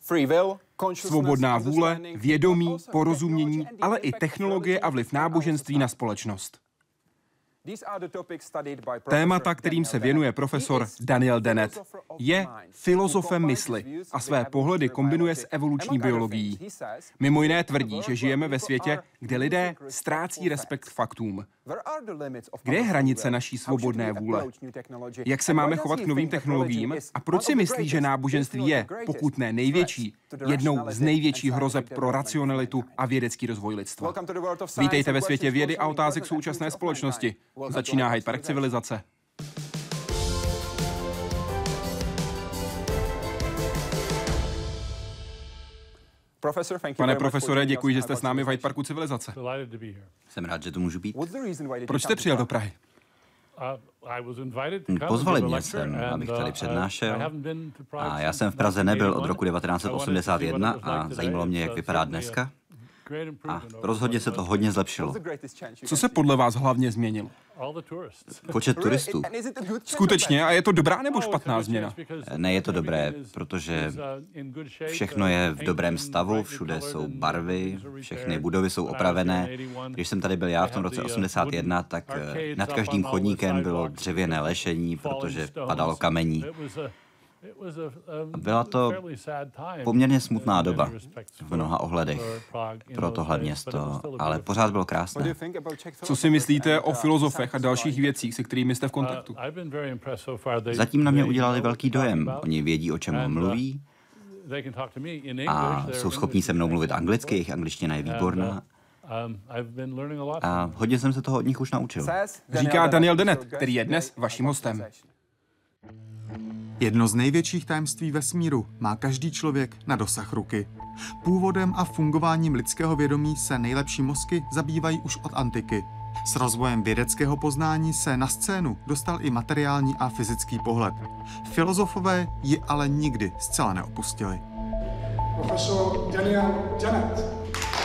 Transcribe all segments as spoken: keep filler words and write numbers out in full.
Svobodná vůle, vědomí, porozumění, ale i technologie a vliv náboženství na společnost. Témata, kterým se věnuje profesor Daniel Dennett, je filozofem mysli a své pohledy kombinuje s evoluční biologií. Mimo jiné tvrdí, že žijeme ve světě, kde lidé ztrácí respekt k faktům. Kde je hranice naší svobodné vůle? Jak se máme chovat k novým technologiím? A proč si myslí, že náboženství je, pokud ne největší, jednou z největších hrozeb pro racionalitu a vědecký rozvoj lidstva? Vítejte ve světě vědy a otázek současné společnosti. Začíná Hyde Park civilizace. Pane profesore, děkuji, že jste s námi v Hyde Parku civilizace. Jsem rád, že tu můžu být. Proč jste přijel do Prahy? Pozvali mě sem, abych tady přednášel. A já jsem v Praze nebyl od roku devatenáct set osmdesát jedna a zajímalo mě, jak vypadá dneska. A rozhodně se to hodně zlepšilo. Co se podle vás hlavně změnilo? Počet turistů. Skutečně? A je to dobrá nebo špatná změna? Ne, je to dobré, protože všechno je v dobrém stavu, všude jsou barvy, všechny budovy jsou opravené. Když jsem tady byl já v tom roce osmdesát jedna, tak nad každým chodníkem bylo dřevěné lešení, protože padalo kamení. Byla to poměrně smutná doba v mnoha ohledech pro tohle město, ale pořád bylo krásné. Co si myslíte o filozofech a dalších věcích, se kterými jste v kontaktu? Zatím na mě udělali velký dojem. Oni vědí, o čem mluví a jsou schopní se mnou mluvit anglicky, jejich angličtina je výborná. A hodně jsem se toho od nich už naučil. Říká Daniel Dennett, který je dnes vaším hostem. Jedno z největších tajemství vesmíru má každý člověk na dosah ruky. Původem a fungováním lidského vědomí se nejlepší mozky zabývají už od antiky. S rozvojem vědeckého poznání se na scénu dostal i materiální a fyzický pohled. Filozofové ji ale nikdy zcela neopustili. Profesor Daniel Dennett.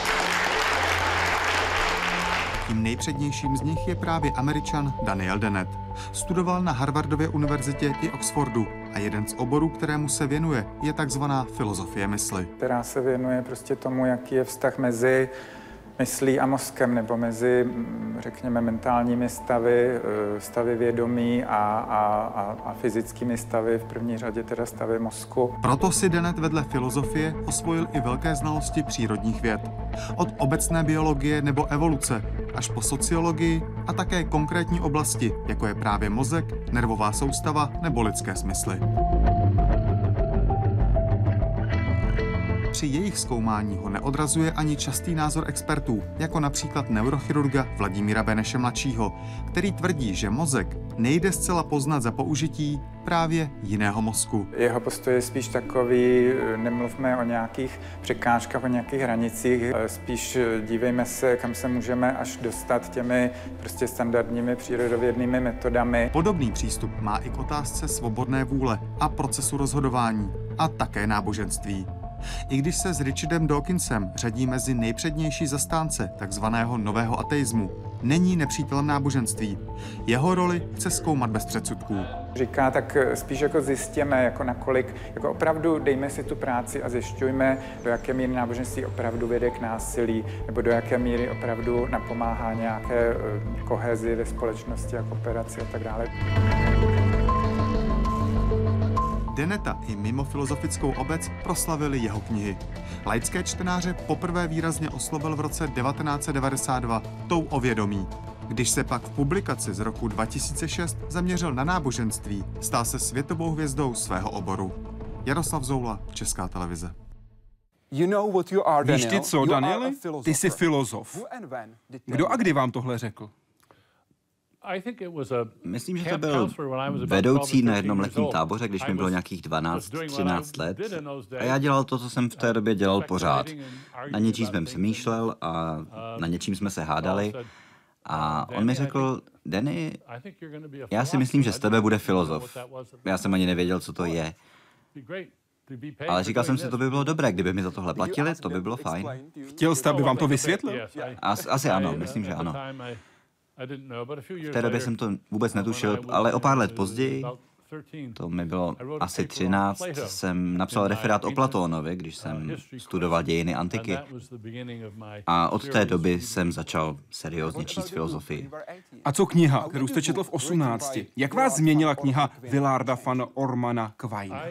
Tím nejpřednějším z nich je právě Američan Daniel Dennett. Studoval na Harvardově univerzitě i Oxfordu a jeden z oborů, kterému se věnuje, je takzvaná filozofie mysli. Která se věnuje prostě tomu, jaký je vztah mezi myslí a mozkem, nebo mezi, řekněme, mentálními stavy, stavy vědomí a, a, a, a fyzickými stavy, v první řadě teda stavy mozku. Proto si Dennett vedle filozofie osvojil i velké znalosti přírodních věd. Od obecné biologie nebo evoluce až po sociologii a také konkrétní oblasti, jako je právě mozek, nervová soustava nebo lidské smysly. Při jejich zkoumání ho neodrazuje ani častý názor expertů, jako například neurochirurga Vladimíra Beneše mladšího, který tvrdí, že mozek nejde zcela poznat za použití právě jiného mozku. Jeho postoj je spíš takový, nemluvme o nějakých překážkách, o nějakých hranicích, spíš dívejme se, kam se můžeme až dostat těmi prostě standardními přírodovědnými metodami. Podobný přístup má i k otázce svobodné vůle a procesu rozhodování a také náboženství. I když se s Richardem Dawkinsem řadí mezi nejpřednější zastánce takzvaného nového ateismu, není nepřítelem náboženství. Jeho roli chce zkoumat bez předsudků. Říká, tak spíš jako zjistěme, jako nakolik, jako opravdu dejme si tu práci a zjišťujme, do jaké míry náboženství opravdu vede k násilí, nebo do jaké míry opravdu napomáhá nějaké kohezi ve společnosti a kooperaci a tak dále. Dennetta i mimo filozofickou obec proslavili jeho knihy. Laické čtenáře poprvé výrazně oslovil v roce devatenáct set devadesát dva tou o vědomí. Když se pak v publikaci z roku dva tisíce šest zaměřil na náboženství, stal se světovou hvězdou svého oboru. Jaroslav Zoula, Česká televize. Víš ty co, Danieli? Ty jsi filozof. Kdo a kdy vám tohle řekl? Myslím, že to byl vedoucí na jednom letním táboře, když mi bylo nějakých dvanáct třináct let. A já dělal to, co jsem v té době dělal pořád. Na něčím jsem přemýšlel a na něčím jsme se hádali. A on mi řekl, Danny, já si myslím, že z tebe bude filozof. Já jsem ani nevěděl, co to je. Ale říkal jsem si, to by bylo dobré, kdyby mi za tohle platili, to by bylo fajn. Chtěl jste, aby vám to vysvětlil? As, asi ano, myslím, že ano. V té době jsem to vůbec netušil, ale o pár let později, to mi bylo asi třináct, jsem napsal referát o Platónovi, když jsem studoval dějiny antiky. A od té doby jsem začal seriózně číst filozofii. A co kniha, kterou jste četl v osmnácti? Jak vás změnila kniha Willarda van Ormana Quaina?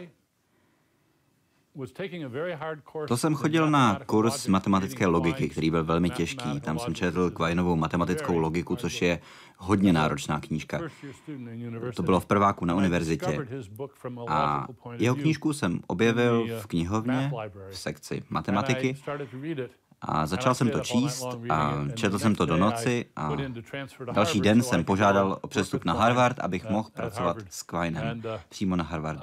To jsem chodil na kurz matematické logiky, který byl velmi těžký. Tam jsem četl Quainovou matematickou logiku, což je hodně náročná knížka. To bylo v prváku na univerzitě. A jeho knížku jsem objevil v knihovně v sekci matematiky a začal jsem to číst a četl jsem to do noci a další den jsem požádal o přestup na Harvard, abych mohl pracovat s Quainem přímo na Harvardu.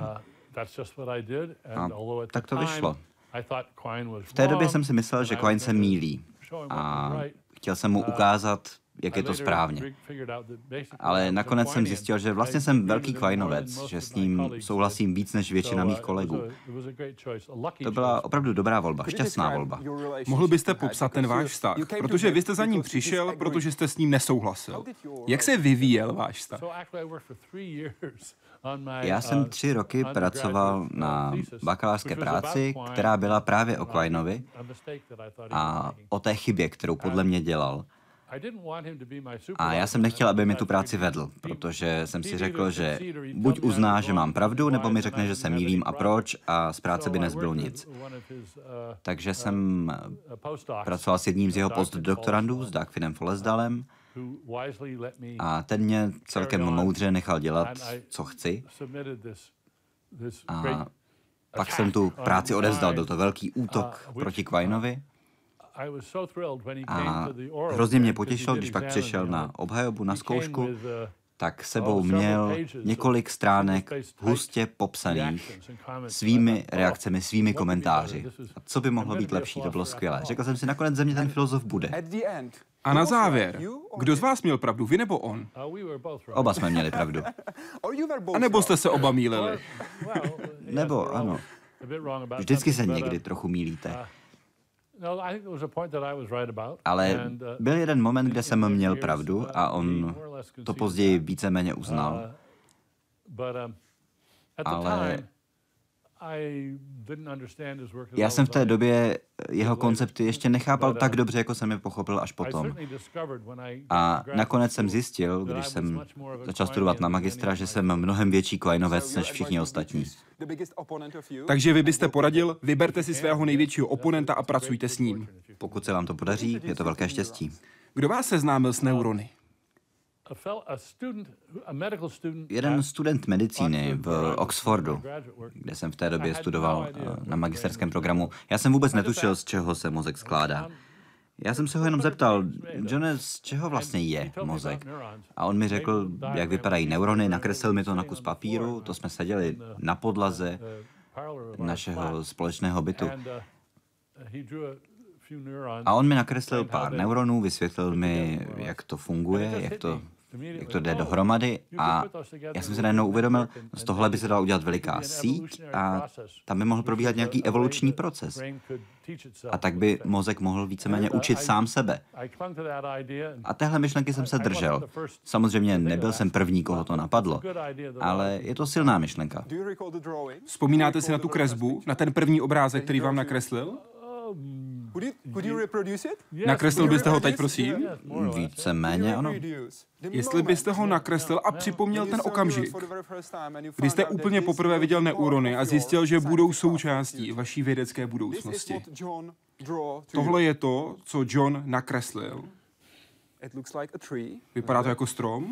A tak to vyšlo. V té době jsem si myslel, že Quine se mýlí a chtěl jsem mu ukázat, jak je to správně. Ale nakonec jsem zjistil, že vlastně jsem velký Quainovec, že s ním souhlasím víc než většina mých kolegů. To byla opravdu dobrá volba, šťastná volba. Mohl byste popsat ten váš vztah? Protože vy jste za ním přišel, protože jste s ním nesouhlasil. Jak se vyvíjel váš vztah? Já jsem tři roky pracoval na bakalářské práci, která byla právě o Quainovi a o té chybě, kterou podle mě dělal. A já jsem nechtěl, aby mi tu práci vedl, protože jsem si řekl, že buď uzná, že mám pravdu, nebo mi řekne, že se mýlím a proč, a z práce by nezbylo nic. Takže jsem pracoval s jedním z jeho postdoktorandů, s Dagfinem Follesdalem, a ten mě celkem moudře nechal dělat, co chci. A pak jsem tu práci odevzdal, byl to velký útok proti Quainovi. A hrozně mě potěšilo, když pak přišel na obhajobu, na zkoušku, tak sebou měl několik stránek hustě popsaných svými reakcemi, svými komentáři. A co by mohlo být lepší, to bylo skvělé. Řekl jsem si, nakonec ze mě ten filozof bude. A na závěr, kdo z vás měl pravdu, vy nebo on? Oba jsme měli pravdu. A nebo jste se oba mýlili? Nebo ano. Vždycky se někdy trochu mýlíte. Ale byl jeden moment, kde jsem měl pravdu a on to později víceméně uznal. Ale já jsem v té době jeho koncepty ještě nechápal tak dobře, jako jsem je pochopil až potom. A nakonec jsem zjistil, když jsem začal studovat na magistra, že jsem mnohem větší Quainovec než všichni ostatní. Takže vy byste poradil, vyberte si svého největšího oponenta a pracujte s ním. Pokud se vám to podaří, je to velké štěstí. Kdo vás seznámil s neurony? Jeden student medicíny v Oxfordu, kde jsem v té době studoval na magisterském programu, já jsem vůbec netušil, z čeho se mozek skládá. Já jsem se ho jenom zeptal, Johne, z čeho vlastně je mozek? A on mi řekl, jak vypadají neurony, nakreslil mi to na kus papíru, to jsme seděli na podlaze našeho společného bytu. A on mi nakreslil pár neuronů, vysvětlil mi, jak to funguje, jak to, jak to jde dohromady, a já jsem se najednou uvědomil, z tohle by se dala udělat veliká síť a tam by mohl probíhat nějaký evoluční proces. A tak by mozek mohl víceméně učit sám sebe. A téhle myšlenky jsem se držel. Samozřejmě nebyl jsem první, koho to napadlo, ale je to silná myšlenka. Vzpomínáte si na tu kresbu, na ten první obrázek, který vám nakreslil? Nakreslil byste ho teď, prosím? Víceméně, ano. Jestli byste ho nakreslil a připomněl ten okamžik, kdy jste úplně poprvé viděl neurony a zjistil, že budou součástí vaší vědecké budoucnosti. Tohle je to, co John nakreslil. Vypadá to jako strom?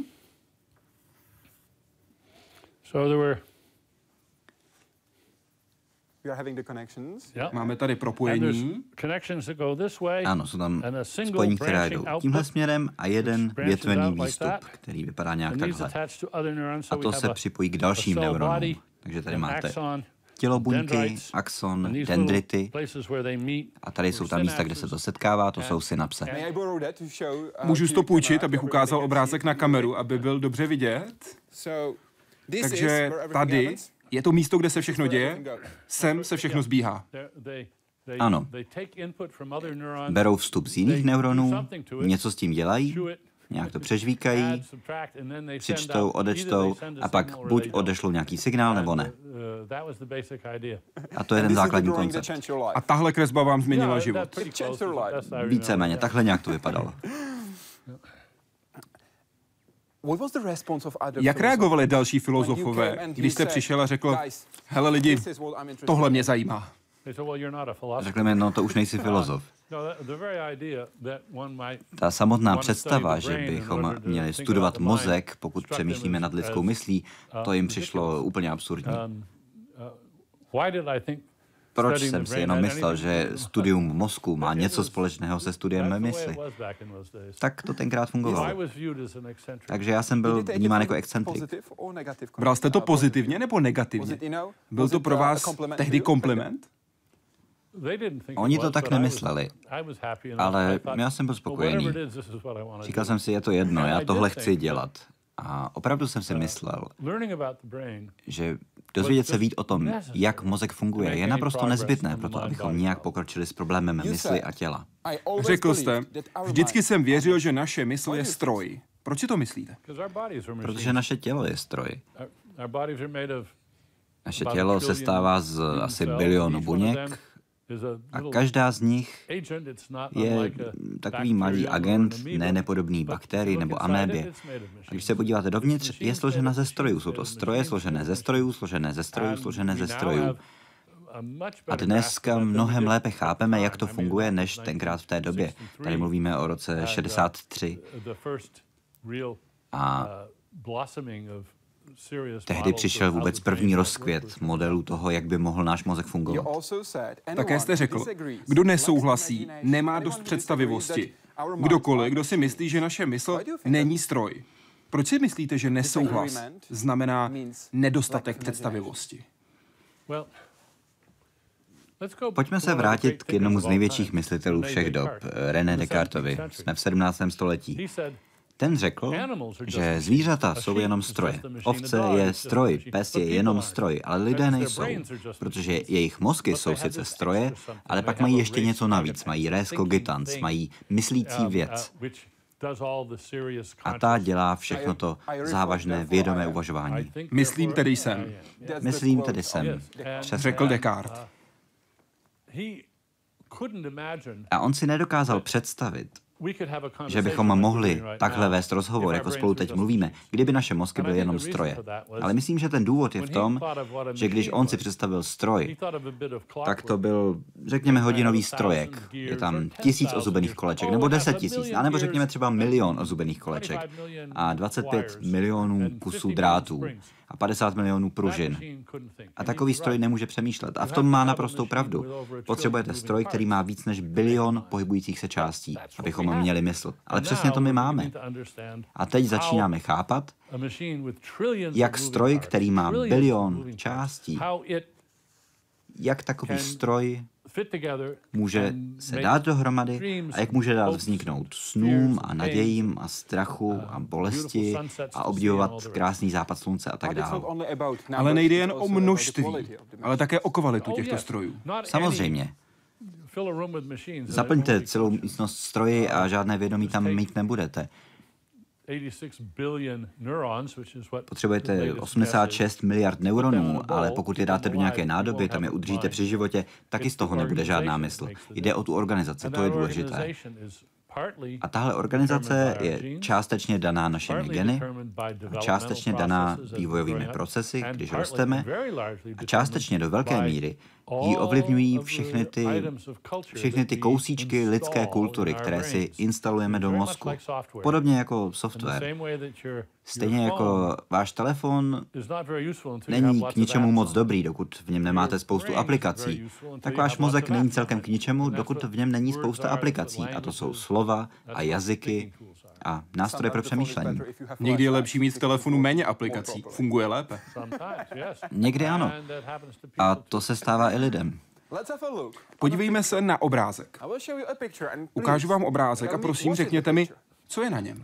Máme tady propojení. Ano, jsou tam spojení, která jdou tímhle směrem a jeden větvený výstup, který vypadá nějak takhle. A to se připojí k dalším neuronům. Takže tady máte tělobuňky, axon, dendrity a tady jsou ta místa, kde se to setkává, to jsou synapse. Můžu to půjčit, abych ukázal obrázek na kameru, aby byl dobře vidět? Takže tady je to místo, kde se všechno děje, sem se všechno zbíhá. Ano. Berou vstup z jiných neuronů, něco s tím dělají nějak to přežvíkají, přičtou, odečtou a pak buď odešlou nějaký signál, nebo ne. A to je ten základní koncept. A tahle kresba vám změnila život. Víceméně, takhle nějak to vypadalo. Jak reagovali další filozofové, když jste přišel a řekl, hele lidi, tohle mě zajímá? Řekli mi, no to už nejsi filozof. Ta samotná představa, že bychom měli studovat mozek, pokud přemýšlíme nad lidskou myslí, to jim přišlo úplně absurdní. Proč jsem si jenom myslel, že studium mozku má něco společného se studiem mysli? Tak to tenkrát fungovalo. Takže já jsem byl vnímán jako excentrik. Bral jste to pozitivně nebo negativně? Byl to pro vás tehdy kompliment? Oni to tak nemysleli, ale já jsem byl spokojený. Říkal jsem si, je to jedno, já tohle chci dělat. A opravdu jsem si myslel, že dozvědět se víc o tom, jak mozek funguje, je naprosto nezbytné pro to, abychom nějak pokročili s problémem mysli a těla. Řekl jste, vždycky jsem věřil, že naše mysl je stroj. Proč si to myslíte? Protože naše tělo je stroj. Naše tělo se stává z asi bilionu buněk, a každá z nich je takový malý agent, ne nepodobný bakterii nebo amébě. A když se podíváte dovnitř, je složena ze strojů. Jsou to stroje složené ze strojů, složené ze strojů, složené ze strojů. A dneska mnohem lépe chápeme, jak to funguje, než tenkrát v té době. Tady mluvíme o roce šedesát tři. A tehdy přišel vůbec první rozkvět modelů toho, jak by mohl náš mozek fungovat. Také jste řekl, kdo nesouhlasí, nemá dost představivosti. Kdokoliv, kdo si myslí, že naše mysl není stroj. Proč si myslíte, že nesouhlas znamená nedostatek představivosti? Pojďme se vrátit k jednomu z největších myslitelů všech dob, René Descartovi. Jsme v sedmnáctém století. Ten řekl, že zvířata jsou jenom stroje. Ovce je stroj, pes je jenom stroj, ale lidé nejsou, protože jejich mozky jsou sice stroje, ale pak mají ještě něco navíc. Mají res cogitans, mají myslící věc. A ta dělá všechno to závažné vědomé uvažování. Myslím tedy jsem. Myslím tedy jsem. Řekl Descartes. A on si nedokázal představit, že bychom mohli takhle vést rozhovor, jako spolu teď mluvíme, kdyby naše mozky byly jenom stroje. Ale myslím, že ten důvod je v tom, že když on si představil stroj, tak to byl, řekněme, hodinový strojek. Je tam tisíc ozubených koleček, nebo deset tisíc, anebo řekněme třeba milion ozubených koleček a dvacet pět milionů kusů drátů a padesát milionů pružin. A takový stroj nemůže přemýšlet. A v tom má naprostou pravdu. Potřebujete stroj, který má víc než bilion pohybujících se částí, abychom měli mysl. Ale přesně to my máme. A teď začínáme chápat, jak stroj, který má bilion částí, jak takový stroj může se dát dohromady a jak může dát vzniknout snům a nadějím a strachu a bolesti a obdivovat krásný západ slunce a tak dále. Ale nejde jen o množství, ale také o kvalitu těchto strojů. Samozřejmě. Zaplňte celou místnost stroji a žádné vědomí tam mít nebudete. Potřebujete osmdesát šest miliard neuronů, ale pokud je dáte do nějaké nádoby, tam je udržíte při životě, taky z toho nebude žádná mysl. Jde o tu organizaci, to je důležité. A tahle organizace je částečně daná našimi geny, a částečně daná vývojovými procesy, když rosteme, a částečně do velké míry ji ovlivňují všechny ty, všechny ty kousíčky lidské kultury, které si instalujeme do mozku. Podobně jako software. Stejně jako váš telefon není k ničemu moc dobrý, dokud v něm nemáte spoustu aplikací, tak váš mozek není celkem k ničemu, dokud v něm není spousta aplikací. A to jsou slova a jazyky a nástroje pro přemýšlení. Někdy je lepší mít v telefonu méně aplikací. Funguje lépe. Někdy ano. A to se stává i lidem. Podívejme se na obrázek. Ukážu vám obrázek a prosím řekněte mi, co je na něm.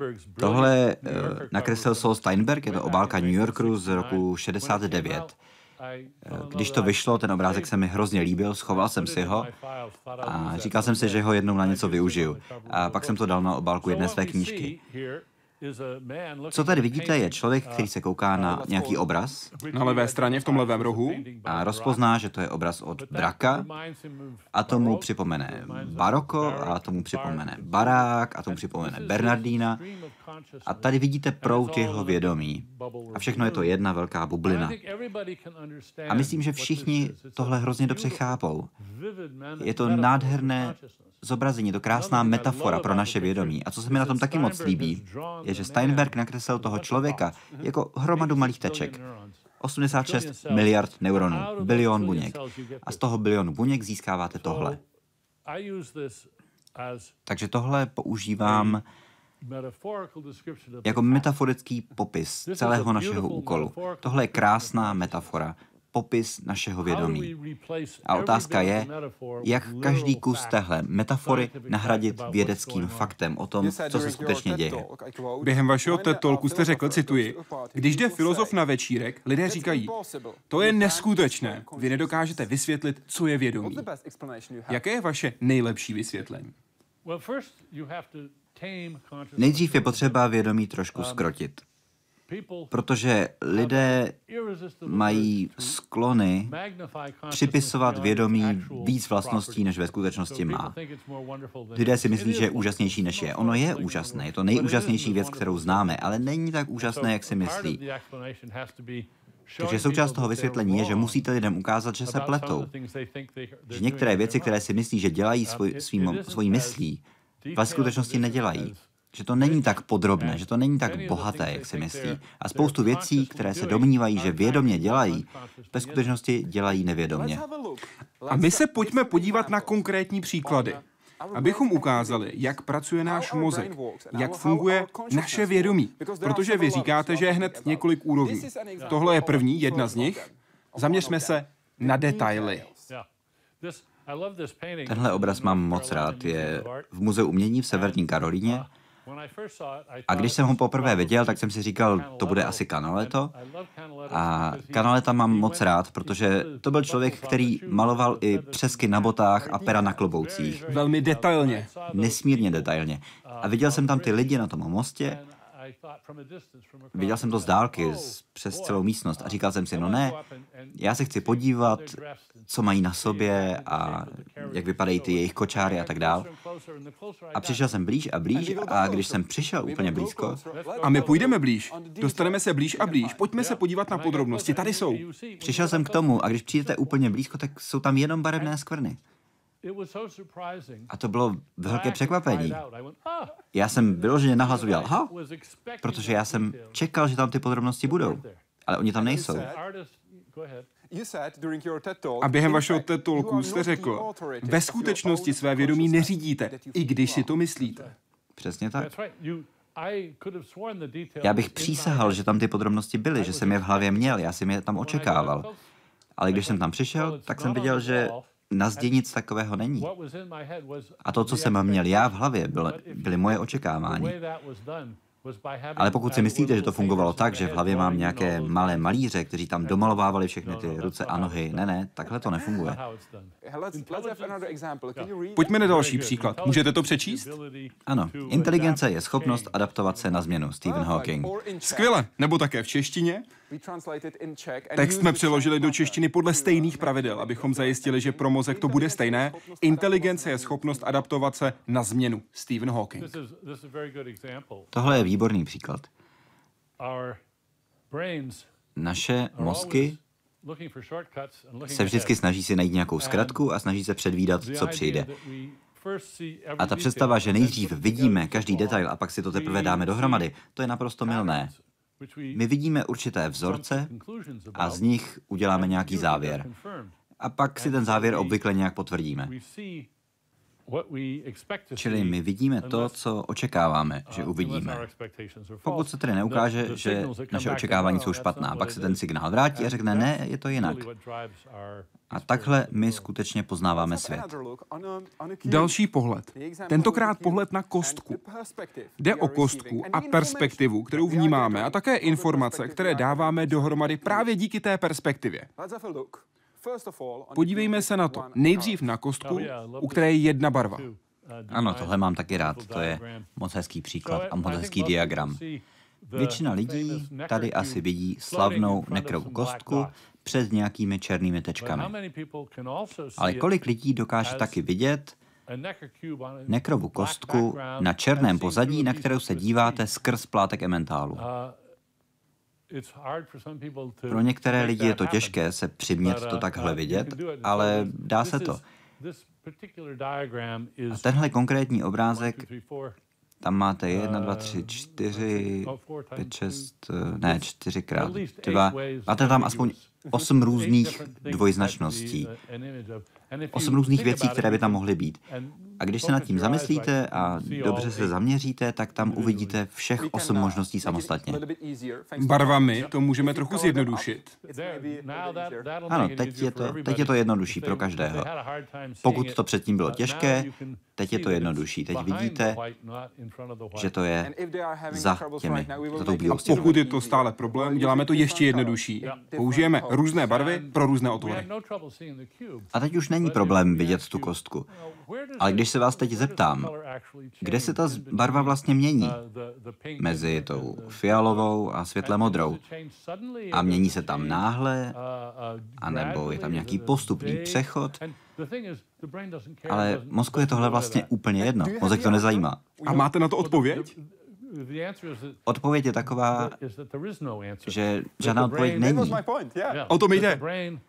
Tohle uh, nakreslil Saul Steinberg, je to obálka New Yorkeru z roku šedesát devět. Když to vyšlo, ten obrázek se mi hrozně líbil, schoval jsem si ho a říkal jsem si, že ho jednou na něco využiju. A pak jsem to dal na obálku jedné své knížky. Co tady vidíte, je člověk, který se kouká na nějaký obraz. Na levé straně, v tom levém rohu. A rozpozná, že to je obraz od Bracka a tomu připomene baroko a tomu připomene barák a tomu připomene Bernardína. A tady vidíte proud jeho vědomí. A všechno je to jedna velká bublina. A myslím, že všichni tohle hrozně dobře chápou. Je to nádherné zobrazení, je to krásná metafora pro naše vědomí. A co se mi na tom taky moc líbí, je, že Steinberg nakreslil toho člověka jako hromadu malých teček. osmdesát šest miliard neuronů, bilion buněk. A z toho bilionu buněk získáváte tohle. Takže tohle používám jako metaforický popis celého našeho úkolu. Tohle je krásná metafora, popis našeho vědomí. A otázka je, jak každý kus téhle metafory nahradit vědeckým faktem o tom, co se skutečně děje. Během vašeho TED Talku jste řekl, cituji, když jde filozof na večírek, lidé říkají, to je neskutečné, vy nedokážete vysvětlit, co je vědomí. Jaké je vaše nejlepší vysvětlení? Nejdřív je potřeba vědomí trošku zkrotit. Protože lidé mají sklony připisovat vědomí víc vlastností, než ve skutečnosti má. Lidé si myslí, že je úžasnější, než je. Ono je úžasné, je to nejúžasnější věc, kterou známe, ale není tak úžasné, jak si myslí. Takže součást toho vysvětlení je, že musíte lidem ukázat, že se pletou. Že některé věci, které si myslí, že dělají svoj, svým, svojí myslí, ve skutečnosti nedělají. Že to není tak podrobné, že to není tak bohaté, jak si myslí. A spoustu věcí, které se domnívají, že vědomě dělají, ve skutečnosti dělají nevědomě. A my se pojďme podívat na konkrétní příklady, abychom ukázali, jak pracuje náš mozek, jak funguje naše vědomí. Protože vy říkáte, že je hned několik úrovní. Tohle je první, jedna z nich. Zaměřme se na detaily. Tenhle obraz mám moc rád. Je v Muzeu umění v Severní Karolíně. A když jsem ho poprvé viděl, tak jsem si říkal, to bude asi Canaletto. A Canaletta mám moc rád, protože to byl člověk, který maloval i přesky na botách a pera na kloboucích. Velmi detailně. Nesmírně detailně. A viděl jsem tam ty lidi na tom mostě. Viděl jsem to z dálky, z, přes celou místnost a říkal jsem si, no ne, já se chci podívat, co mají na sobě a jak vypadají ty jejich kočáry a tak dál. A přišel jsem blíž a blíž a když jsem přišel úplně blízko... A my půjdeme blíž, dostaneme se blíž a blíž, pojďme se podívat na podrobnosti, tady jsou. Přišel jsem k tomu a když přijdete úplně blízko, tak jsou tam jenom barevné skvrny. A to bylo velké překvapení. Já jsem vyloženě nahlas udělal, ha, protože já jsem čekal, že tam ty podrobnosti budou, ale oni tam nejsou. A během vašeho TED Talku jste řekl, ve skutečnosti své vědomí neřídíte, i když si to myslíte. Přesně tak. Já bych přísahal, že tam ty podrobnosti byly, že jsem je v hlavě měl, já jsem je tam očekával. Ale když jsem tam přišel, tak jsem viděl, že na zdi nic takového není. A to, co jsem měl já v hlavě, byly, byly moje očekávání. Ale pokud si myslíte, že to fungovalo tak, že v hlavě mám nějaké malé malíře, kteří tam domalovávali všechny ty ruce a nohy, ne, ne, takhle to nefunguje. Pojďme na další příklad. Můžete to přečíst? Ano, inteligence je schopnost adaptovat se na změnu. Stephen Hawking. Skvěle, nebo také v češtině? Text jsme přeložili do češtiny podle stejných pravidel, abychom zajistili, že pro mozek to bude stejné. Inteligence je schopnost adaptovat se na změnu. Stephen Hawking. Tohle je výborný příklad. Naše mozky se vždycky snaží si najít nějakou zkratku a snaží se předvídat, co přijde. A ta představa, že nejdřív vidíme každý detail a pak si to teprve dáme dohromady, to je naprosto mylné. My vidíme určité vzorce a z nich uděláme nějaký závěr. A pak si ten závěr obvykle nějak potvrdíme. Čili my vidíme to, co očekáváme, že uvidíme. Pokud se tedy neukáže, že naše očekávání jsou špatná, pak se ten signál vrátí a řekne, ne, je to jinak. A takhle my skutečně poznáváme svět. Další pohled. Tentokrát pohled na kostku. Jde o kostku a perspektivu, kterou vnímáme, a také informace, které dáváme dohromady právě díky té perspektivě. Podívejme se na to. Nejdřív na kostku, u které je jedna barva. Ano, tohle mám taky rád. To je moc hezký příklad a moc hezký diagram. Většina lidí tady asi vidí slavnou nekrovou kostku před nějakými černými tečkami. Ale kolik lidí dokáže taky vidět nekrovu kostku na černém pozadí, na kterou se díváte skrz plátek ementálu? Pro některé lidi je to těžké se přimět to takhle vidět, ale dá se to. A tenhle konkrétní obrázek, tam máte jedna, dva, tři, čtyři, pět, šest, ne, čtyřikrát dva. Máte tam aspoň osm různých dvojznačností. Osm různých věcí, které by tam mohly být. A když se nad tím zamyslíte a dobře se zaměříte, tak tam uvidíte všech osm možností samostatně. Barvami to můžeme trochu zjednodušit. Ano, teď je to, teď je to jednodušší pro každého. Pokud to předtím bylo těžké, teď je to jednodušší. Teď vidíte, že to je za těmi, za tou bílou stěnou. Pokud je to stále problém, děláme to ještě jednodušší. Použijeme různé barvy pro různé otvory. A teď už není problém vidět tu kostku. Ale když se vás teď zeptám, kde se ta barva vlastně mění mezi tou fialovou a světle modrou? A mění se tam náhle, anebo je tam nějaký postupný přechod? Ale mozku je tohle vlastně úplně jedno. Mozek to nezajímá. A máte na to odpověď? Odpověď je taková, že žádná odpověď není. O tom jde.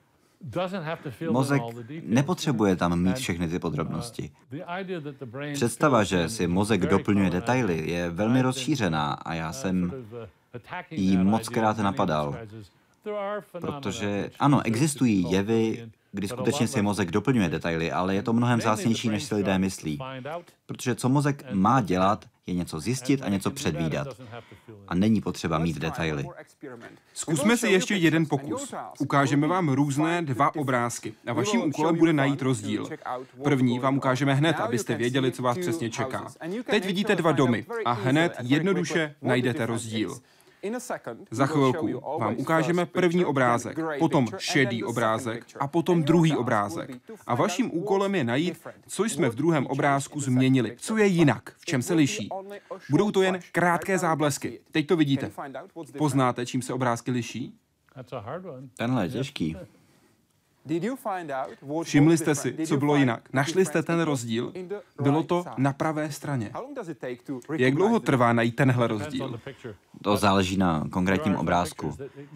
Mozek nepotřebuje tam mít všechny ty podrobnosti. Představa, že si mozek doplňuje detaily, je velmi rozšířená a já jsem ji mockrát napadal. Protože ano, existují jevy, kdy skutečně si mozek doplňuje detaily, ale je to mnohem vzácnější, než si lidé myslí. Protože co mozek má dělat, je něco zjistit a něco předvídat. A není potřeba mít detaily. Zkusme si ještě jeden pokus. Ukážeme vám různé dva obrázky a vaším úkolem bude najít rozdíl. První vám ukážeme hned, abyste věděli, co vás přesně čeká. Teď vidíte dva domy a hned jednoduše najdete rozdíl. Za chvilku vám ukážeme první obrázek, potom šedý obrázek a potom druhý obrázek. A vaším úkolem je najít, co jsme v druhém obrázku změnili, co je jinak, v čem se liší. Budou to jen krátké záblesky. Teď to vidíte. Poznáte, čím se obrázky liší? Tenhle je těžký. Všimli jste si, co bylo jinak? Našli jste ten rozdíl? Bylo to na pravé straně. Jak dlouho trvá najít tenhle rozdíl? To záleží na konkrétním obrázku.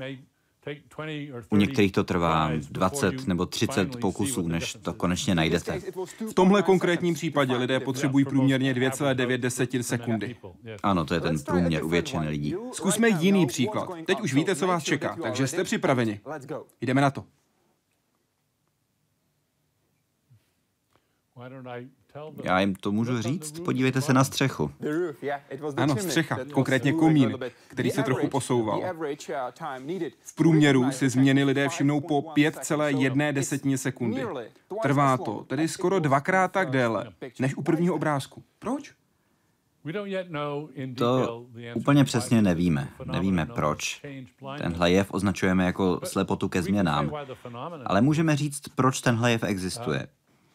U některých to trvá dvacet nebo třicet pokusů, než to konečně najdete. V tomhle konkrétním případě lidé potřebují průměrně dvě celé devět sekundy. Ano, to je ten průměr u většiny lidí. Zkusme jiný příklad. Teď už víte, co vás čeká, takže jste připraveni. Jdeme na to. Já jim to můžu říct? Podívejte se na střechu. Ano, střecha, konkrétně komín, který se trochu posouval. V průměru si změny lidé všimnou po pět celé jedna sekundy. Trvá to tedy skoro dvakrát tak déle, než u prvního obrázku. Proč? To úplně přesně nevíme. Nevíme proč. Tenhle jev označujeme jako slepotu ke změnám. Ale můžeme říct, proč tenhle jev existuje.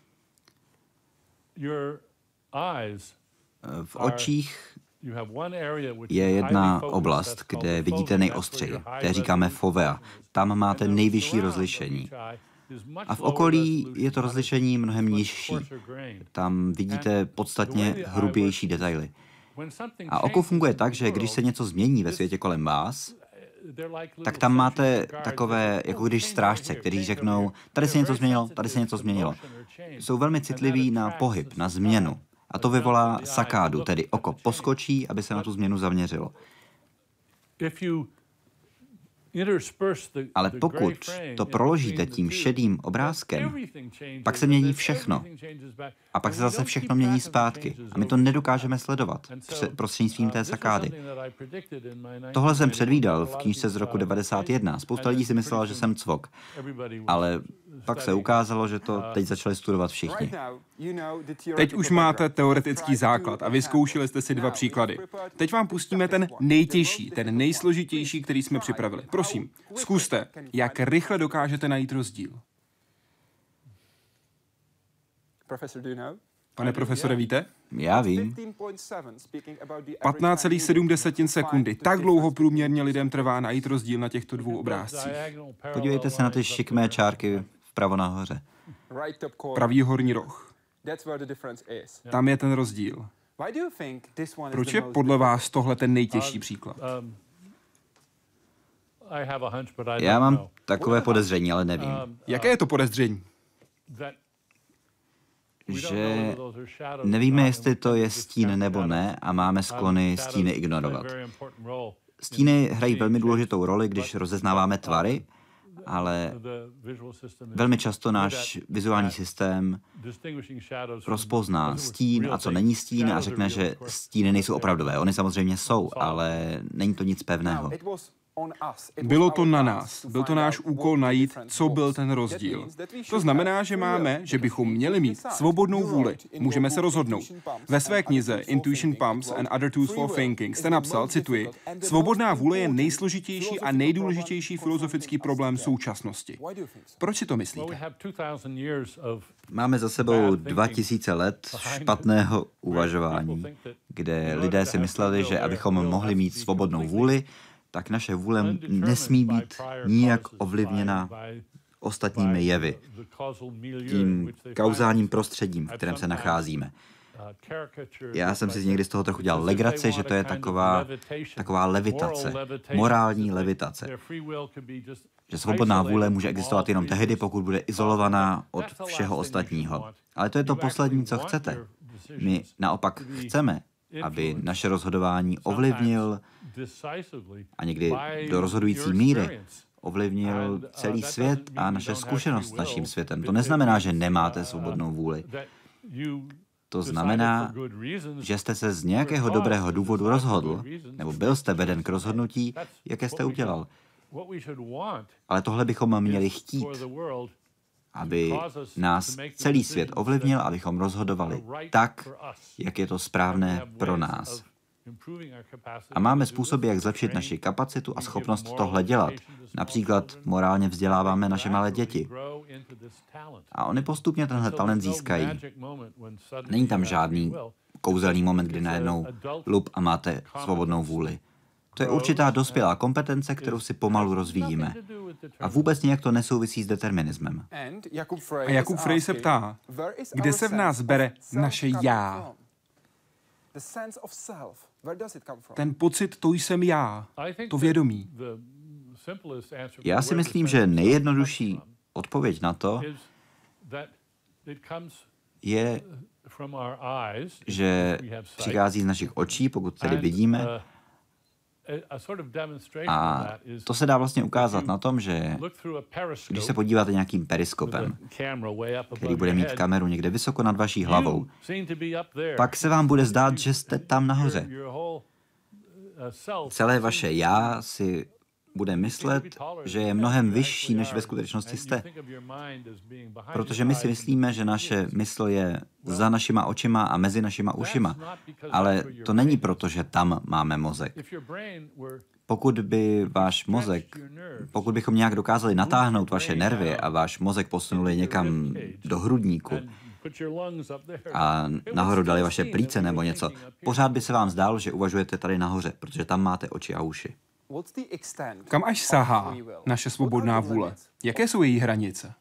V očích je jedna oblast, kde vidíte nejostřeji. Té říkáme fovea. Tam máte nejvyšší rozlišení. A v okolí je to rozlišení mnohem nižší. Tam vidíte podstatně hrubější detaily. A oko funguje tak, že když se něco změní ve světě kolem vás, tak tam máte takové, jako když strážce, kteří řeknou, tady se něco změnilo, tady se něco změnilo. Jsou velmi citliví na pohyb, na změnu. A to vyvolá sakádu, tedy oko poskočí, aby se na tu změnu zaměřilo. Ale pokud to proložíte tím šedým obrázkem, pak se mění všechno. A pak se zase všechno mění zpátky. A my to nedokážeme sledovat prostřednictvím té sakády. Tohle jsem předvídal v knížce z roku devadesát jedna. Spousta lidí si myslela, že jsem cvok. Ale pak se ukázalo, že to teď začali studovat všichni. Teď už máte teoretický základ a vyzkoušeli jste si dva příklady. Teď vám pustíme ten nejtěžší, ten nejsložitější, který jsme připravili. Prosím, zkuste, jak rychle dokážete najít rozdíl. Pane profesore, víte? Já vím. patnáct celá sedm sekundy. Tak dlouho průměrně lidem trvá najít rozdíl na těchto dvou obrázcích. Podívejte se na ty šikmé čárky vpravo nahoře. Pravý horní roh. Tam je ten rozdíl. Proč je podle vás tohle ten nejtěžší příklad? Já mám takové podezření, ale nevím. Jaké je to podezření? Že nevíme, jestli to je stín nebo ne a máme sklony stíny ignorovat. Stíny hrají velmi důležitou roli, když rozeznáváme tvary, ale velmi často náš vizuální systém rozpozná stín a co není stín a řekne, že stíny nejsou opravdové. Ony samozřejmě jsou, ale není to nic pevného. Bylo to na nás. Byl to náš úkol najít, co byl ten rozdíl. To znamená, že máme, že bychom měli mít svobodnou vůli. Můžeme se rozhodnout. Ve své knize Intuition Pumps and Other Tools for Thinking jste napsal, cituji, svobodná vůle je nejsložitější a nejdůležitější filozofický problém současnosti. Proč si to myslíte? Máme za sebou dva tisíce let špatného uvažování, kde lidé si mysleli, že abychom mohli mít svobodnou vůli, tak naše vůle nesmí být nijak ovlivněna ostatními jevy, tím kauzálním prostředím, v kterém se nacházíme. Já jsem si někdy z toho trochu dělal legraci, že to je taková, taková levitace, morální levitace. Že svobodná vůle může existovat jenom tehdy, pokud bude izolovaná od všeho ostatního. Ale to je to poslední, co chcete. My naopak chceme, aby naše rozhodování ovlivnil a někdy do rozhodující míry ovlivnil celý svět a naše zkušenost s naším světem. To neznamená, že nemáte svobodnou vůli. To znamená, že jste se z nějakého dobrého důvodu rozhodl, nebo byl jste veden k rozhodnutí, jaké jste udělal. Ale tohle bychom měli chtít, aby nás celý svět ovlivnil, abychom rozhodovali tak, jak je to správné pro nás. A máme způsoby, jak zlepšit naši kapacitu a schopnost tohle dělat. Například morálně vzděláváme naše malé děti. A oni postupně tenhle talent získají. Není tam žádný kouzelný moment, kdy najednou lup a máte svobodnou vůli. To je určitá dospělá kompetence, kterou si pomalu rozvíjíme. A vůbec nějak to nesouvisí s determinismem. A Jakub Frey se ptá, kde se v nás bere naše já? Ten pocit, to jsem já, to vědomí. Já si myslím, že nejjednodušší odpověď na to je, že přichází z našich očí, pokud tedy vidíme. A to se dá vlastně ukázat na tom, že když se podíváte nějakým periskopem, který bude mít kameru někde vysoko nad vaší hlavou, pak se vám bude zdát, že jste tam nahoře. Celé vaše já si bude myslet, že je mnohem vyšší, než ve skutečnosti jste. Protože my si myslíme, že naše mysl je za našima očima a mezi našima ušima. Ale to není proto, že tam máme mozek. Pokud by váš mozek, pokud bychom nějak dokázali natáhnout vaše nervy a váš mozek posunuli někam do hrudníku a nahoru dali vaše plíce nebo něco, pořád by se vám zdálo, že uvažujete tady nahoře, protože tam máte oči a uši. Kam až sahá naše svobodná vůle? Jaké jsou její hranice?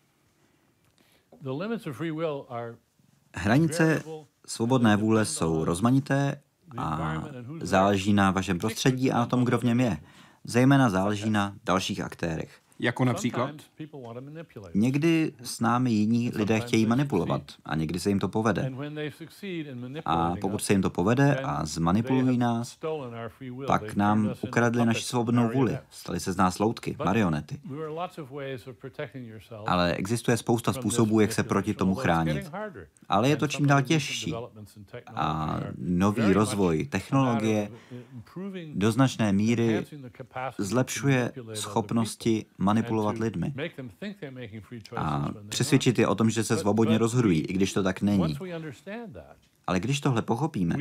Hranice svobodné vůle jsou rozmanité a záleží na vašem prostředí a na tom, kdo v něm je. Zejména záleží na dalších aktérech. Jako například? Někdy s námi jiní lidé chtějí manipulovat a někdy se jim to povede. A pokud se jim to povede a zmanipulují nás, pak nám ukradli naši svobodnou vůli. Stali se z nás loutky, marionety. Ale existuje spousta způsobů, jak se proti tomu chránit. Ale je to čím dál těžší. A nový rozvoj technologie do značné míry zlepšuje schopnosti manipulovat lidmi a přesvědčit je o tom, že se svobodně rozhodují, i když to tak není. Ale když tohle pochopíme,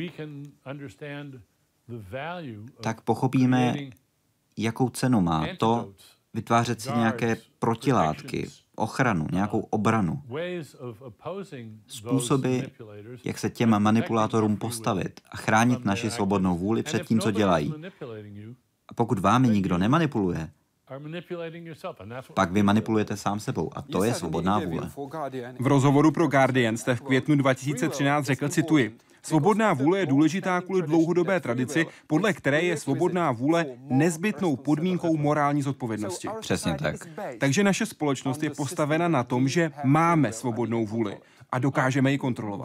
tak pochopíme, jakou cenu má to vytvářet si nějaké protilátky, ochranu, nějakou obranu. Způsoby, jak se těm manipulátorům postavit a chránit naši svobodnou vůli před tím, co dělají. A pokud vámi nikdo nemanipuluje, pak vy manipulujete sám sebou a to je svobodná vůle. V rozhovoru pro Guardian jste v květnu dva tisíce třináct řekl, cituji, svobodná vůle je důležitá kvůli dlouhodobé tradici, podle které je svobodná vůle nezbytnou podmínkou morální zodpovědnosti. Přesně tak. Takže naše společnost je postavena na tom, že máme svobodnou vůli a dokážeme ji kontrolovat.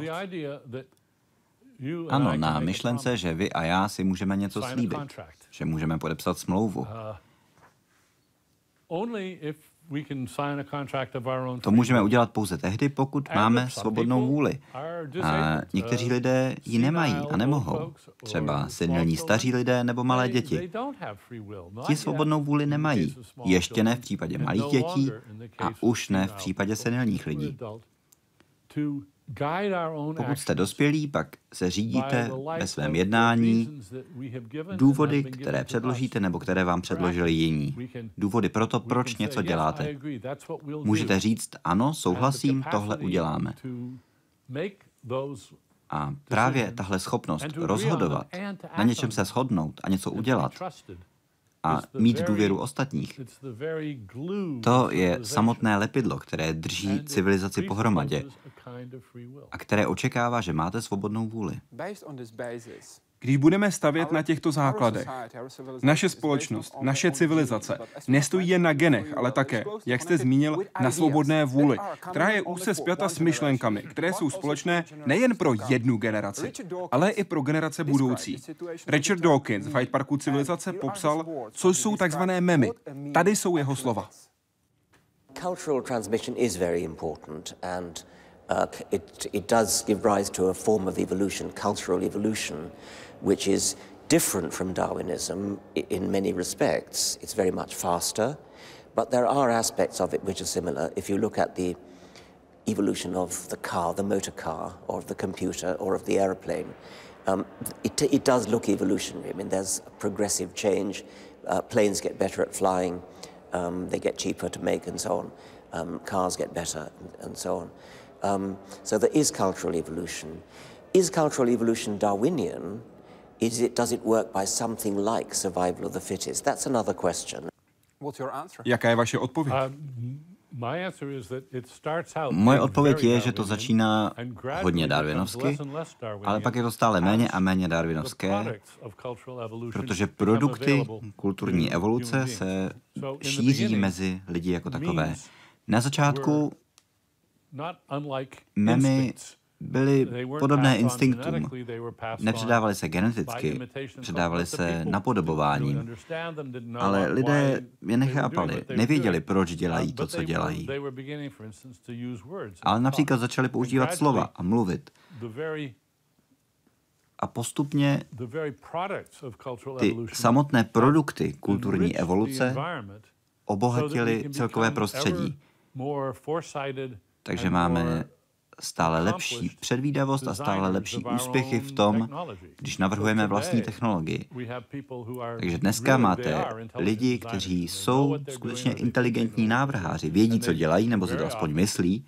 Ano, na myšlence, že vy a já si můžeme něco slíbit, že můžeme podepsat smlouvu. To můžeme udělat pouze tehdy, pokud máme svobodnou vůli. A někteří lidé ji nemají a nemohou. Třeba senilní staří lidé nebo malé děti. Ti svobodnou vůli nemají. Ještě ne v případě malých dětí a už ne v případě senilních lidí. Pokud jste dospělí, pak se řídíte ve svém jednání důvody, které předložíte nebo které vám předložili jiní. Důvody pro to, proč něco děláte. Můžete říct, ano, souhlasím, tohle uděláme. A právě tahle schopnost rozhodovat, na něčem se shodnout a něco udělat a mít důvěru ostatních, to je samotné lepidlo, které drží civilizaci pohromadě a které očekává, že máte svobodnou vůli. Když budeme stavět na těchto základech, naše společnost, naše civilizace nestojí jen na genech, ale také, jak jste zmínil, na svobodné vůli, která je úzce spjata s myšlenkami, které jsou společné nejen pro jednu generaci, ale i pro generace budoucí. Richard Dawkins v Hyde Parku civilizace popsal, co jsou takzvané memy. Tady jsou jeho slova. Cultural transmission is very important and uh, it, it does give rise to a form of evolution, cultural evolution, which is different from Darwinism in many respects. It's very much faster, but there are aspects of it which are similar. If you look at the evolution of the car, the motor car, or of the computer, or of the aeroplane, um, it, it does look evolutionary. I mean, there's a progressive change. Uh, planes get better at flying. Um, they get cheaper to make and so on. Um, cars get better and, and so on. Um, so there is cultural evolution. Is cultural evolution Darwinian? Is it, does it work by something like survival of the fittest? That's another question. Jaká je vaše odpověď? Moje odpověď je, že to začíná hodně darwinovsky, ale pak je to stále méně a méně darwinovské, protože produkty kulturní evoluce se šíří mezi lidi jako takové. Na začátku memy byly podobné instinktům. Nepředávaly se geneticky, předávaly se napodobováním. Ale lidé je nechápali, nevěděli, proč dělají to, co dělají. Ale například začali používat slova a mluvit. A postupně ty samotné produkty kulturní evoluce obohatily celkové prostředí. Takže máme stále lepší předvídavost a stále lepší úspěchy v tom, když navrhujeme vlastní technologii. Takže dneska máte lidi, kteří jsou skutečně inteligentní návrháři, vědí, co dělají, nebo si to aspoň myslí,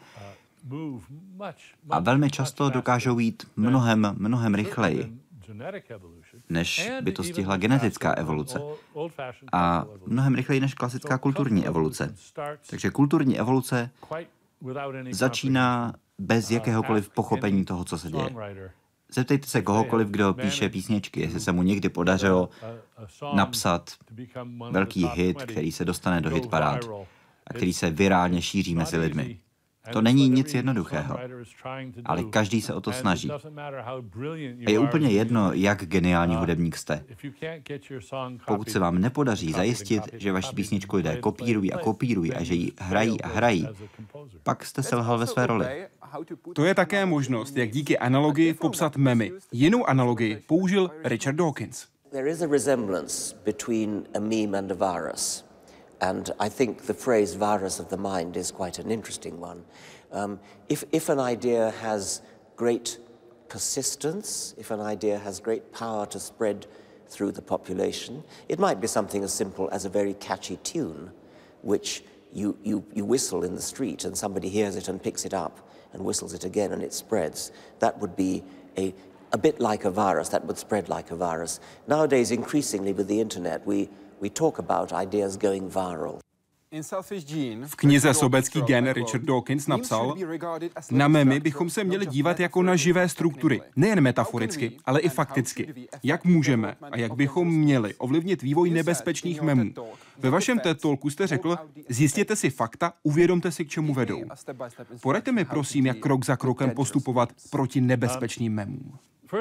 a velmi často dokážou jít mnohem, mnohem rychleji, než by to stihla genetická evoluce. A mnohem rychleji než klasická kulturní evoluce. Takže kulturní evoluce začíná bez jakéhokoliv pochopení toho, co se děje. Zeptejte se kohokoliv, kdo píše písničky, jestli se mu někdy podařilo napsat velký hit, který se dostane do hitparád. a který se virálně šíří mezi lidmi. To není nic jednoduchého, ale každý se o to snaží. A je úplně jedno, jak geniální hudebník jste. Pokud se vám nepodaří zajistit, že vaši písničku lidé kopírují a kopírují a že ji hrají a hrají, pak jste selhal ve své roli. To je také možnost, jak díky analogii popsat memy. Jinou analogii použil Richard Dawkins. There is a resemblance between a meme and a virus. And I think the phrase virus of the mind is quite an interesting one. Um, if, if an idea has great persistence, if an idea has great power to spread through the population, it might be something as simple as a very catchy tune, which you, you, you whistle in the street and somebody hears it and picks it up and whistles it again and it spreads. That would be a, a bit like a virus, that would spread like a virus. Nowadays, increasingly with the internet, we We talk about ideas going viral. V knize Sobecký gen Richard Dawkins napsal, na memy bychom se měli dívat jako na živé struktury, nejen metaforicky, ale i fakticky. Jak můžeme a jak bychom měli ovlivnit vývoj nebezpečných memů? Ve vašem TED Talku jste řekl, zjistěte si fakta, uvědomte si, k čemu vedou. Poraďte mi prosím, jak krok za krokem postupovat proti nebezpečným memům.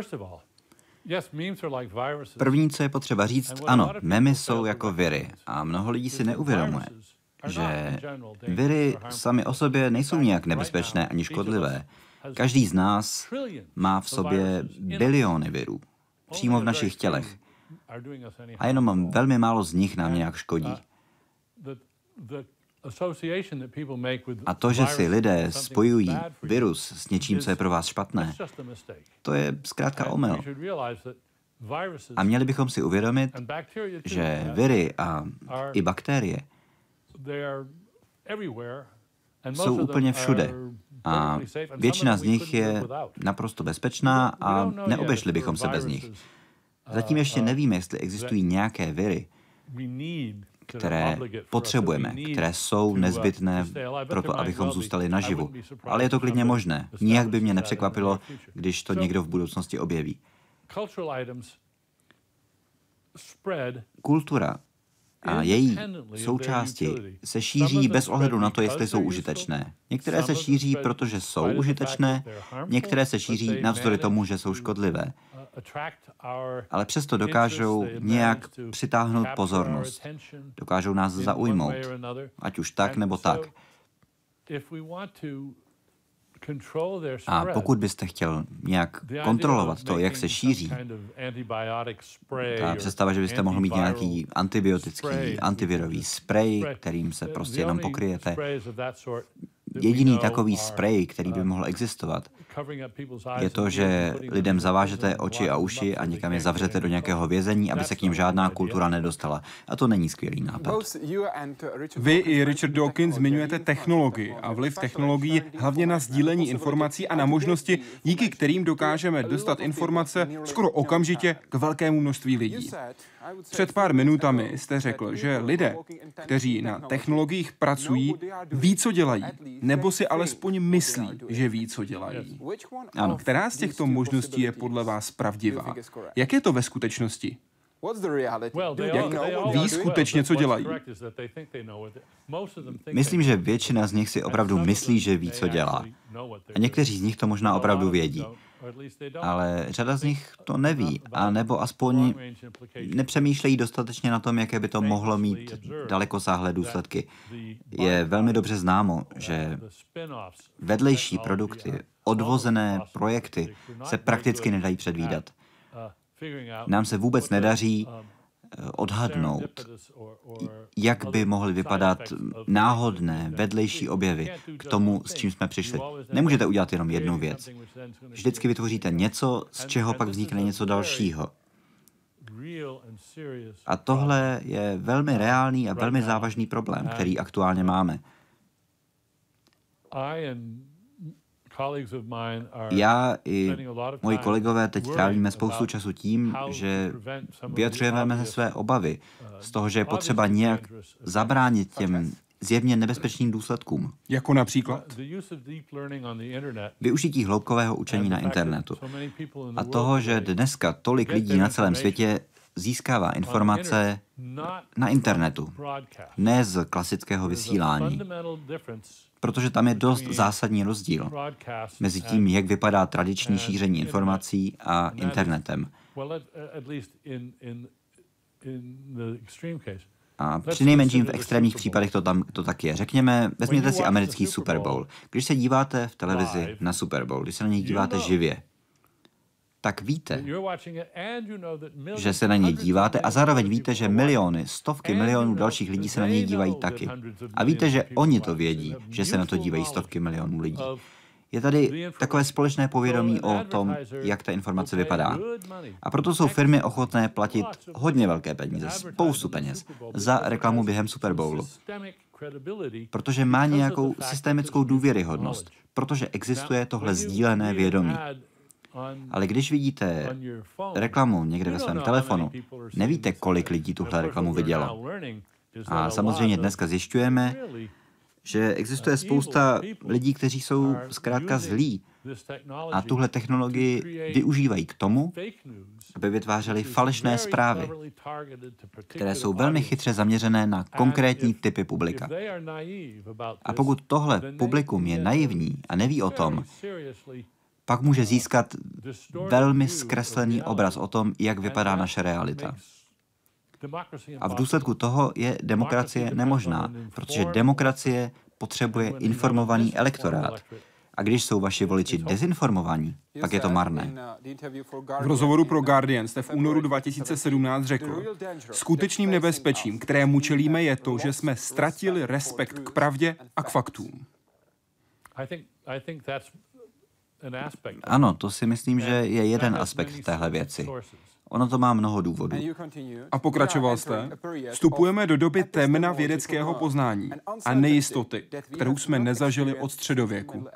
První, co je potřeba říct, ano, memy jsou jako viry a mnoho lidí si neuvědomuje, že viry sami o sobě nejsou nijak nebezpečné ani škodlivé. Každý z nás má v sobě biliony virů, přímo v našich tělech. A jenom velmi málo z nich nám nějak škodí. A to, že si lidé spojují virus s něčím, co je pro vás špatné, to je zkrátka omyl. A měli bychom si uvědomit, že viry a i bakterie jsou úplně všude. A většina z nich je naprosto bezpečná a neobešli bychom se bez nich. Zatím ještě nevíme, jestli existují nějaké viry, které potřebujeme, které jsou nezbytné pro to, abychom zůstali naživu. Ale je to klidně možné. Nijak by mě nepřekvapilo, když to někdo v budoucnosti objeví. Kultura a její součásti se šíří bez ohledu na to, jestli jsou užitečné. Některé se šíří, protože jsou užitečné, některé se šíří navzdory tomu, že jsou škodlivé. Ale přesto dokážou nějak přitáhnout pozornost. Dokážou nás zaujmout, ať už tak nebo tak. A pokud byste chtěl nějak kontrolovat to, jak se šíří, ta představa, že byste mohl mít nějaký antibiotický, antivirový sprej, kterým se prostě jenom pokryjete, jediný takový sprej, který by mohl existovat, je to, že lidem zavážete oči a uši a někam je zavřete do nějakého vězení, aby se k nim žádná kultura nedostala. A to není skvělý nápad. Vy i Richard Dawkins zmiňujete technologii a vliv technologií hlavně na sdílení informací a na možnosti, díky kterým dokážeme dostat informace skoro okamžitě k velkému množství lidí. Před pár minutami jste řekl, že lidé, kteří na technologiích pracují, ví, co dělají, nebo si alespoň myslí, že ví, co dělají. Ano. Která z těchto možností je podle vás pravdivá? Jak je to ve skutečnosti? Jak ví skutečně, co dělají? Myslím, že většina z nich si opravdu myslí, že ví, co dělá. A někteří z nich to možná opravdu vědí. Ale řada z nich to neví, a nebo aspoň nepřemýšlejí dostatečně na tom, jaké by to mohlo mít dalekosáhlé důsledky. Je velmi dobře známo, že vedlejší produkty, odvozené projekty se prakticky nedají předvídat. Nám se vůbec nedaří odhadnout, jak by mohly vypadat náhodné vedlejší objevy k tomu, s čím jsme přišli. Nemůžete udělat jenom jednu věc. Vždycky vytvoříte něco, z čeho pak vznikne něco dalšího. A tohle je velmi reálný a velmi závažný problém, který aktuálně máme. Já i moji kolegové teď trávíme spoustu času tím, že vyjadřujeme své obavy z toho, že je potřeba nějak zabránit těm zjevně nebezpečným důsledkům. Jako například? Využití hloubkového učení na internetu. A toho, že dneska tolik lidí na celém světě získává informace na internetu, ne z klasického vysílání, protože tam je dost zásadní rozdíl mezi tím, jak vypadá tradiční šíření informací a internetem. A přinejmenším v extrémních případech to tam to tak je. Řekněme, vezměte si americký Super Bowl. Když se díváte v televizi na Super Bowl, když se na něj díváte živě, tak víte, že se na něj díváte a zároveň víte, že miliony, stovky milionů dalších lidí se na něj dívají taky. A víte, že oni to vědí, že se na to dívají stovky milionů lidí. Je tady takové společné povědomí o tom, jak ta informace vypadá. A proto jsou firmy ochotné platit hodně velké peníze, spoustu peněz, za reklamu během Super Bowlu. Protože má nějakou systémickou důvěryhodnost, protože existuje tohle sdílené vědomí. Ale když vidíte reklamu někde ve svém telefonu, nevíte, kolik lidí tuhle reklamu vidělo. A samozřejmě dneska zjišťujeme, že existuje spousta lidí, kteří jsou zkrátka zlí a tuhle technologii využívají k tomu, aby vytvářeli falešné zprávy, které jsou velmi chytře zaměřené na konkrétní typy publika. A pokud tohle publikum je naivní a neví o tom, pak může získat velmi zkreslený obraz o tom, jak vypadá naše realita. A v důsledku toho je demokracie nemožná, protože demokracie potřebuje informovaný elektorát. A když jsou vaši voliči dezinformovaní, pak je to marné. V rozhovoru pro Guardian jste v únoru dva tisíce sedmnáct řekl, skutečným nebezpečím, kterému čelíme, je to, že jsme ztratili respekt k pravdě a k faktům. Ano, to si myslím, že je jeden aspekt téhle věci. Ono to má mnoho důvodů. A pokračoval jste, vstupujeme do doby temna vědeckého poznání a nejistoty, kterou jsme nezažili od středověku.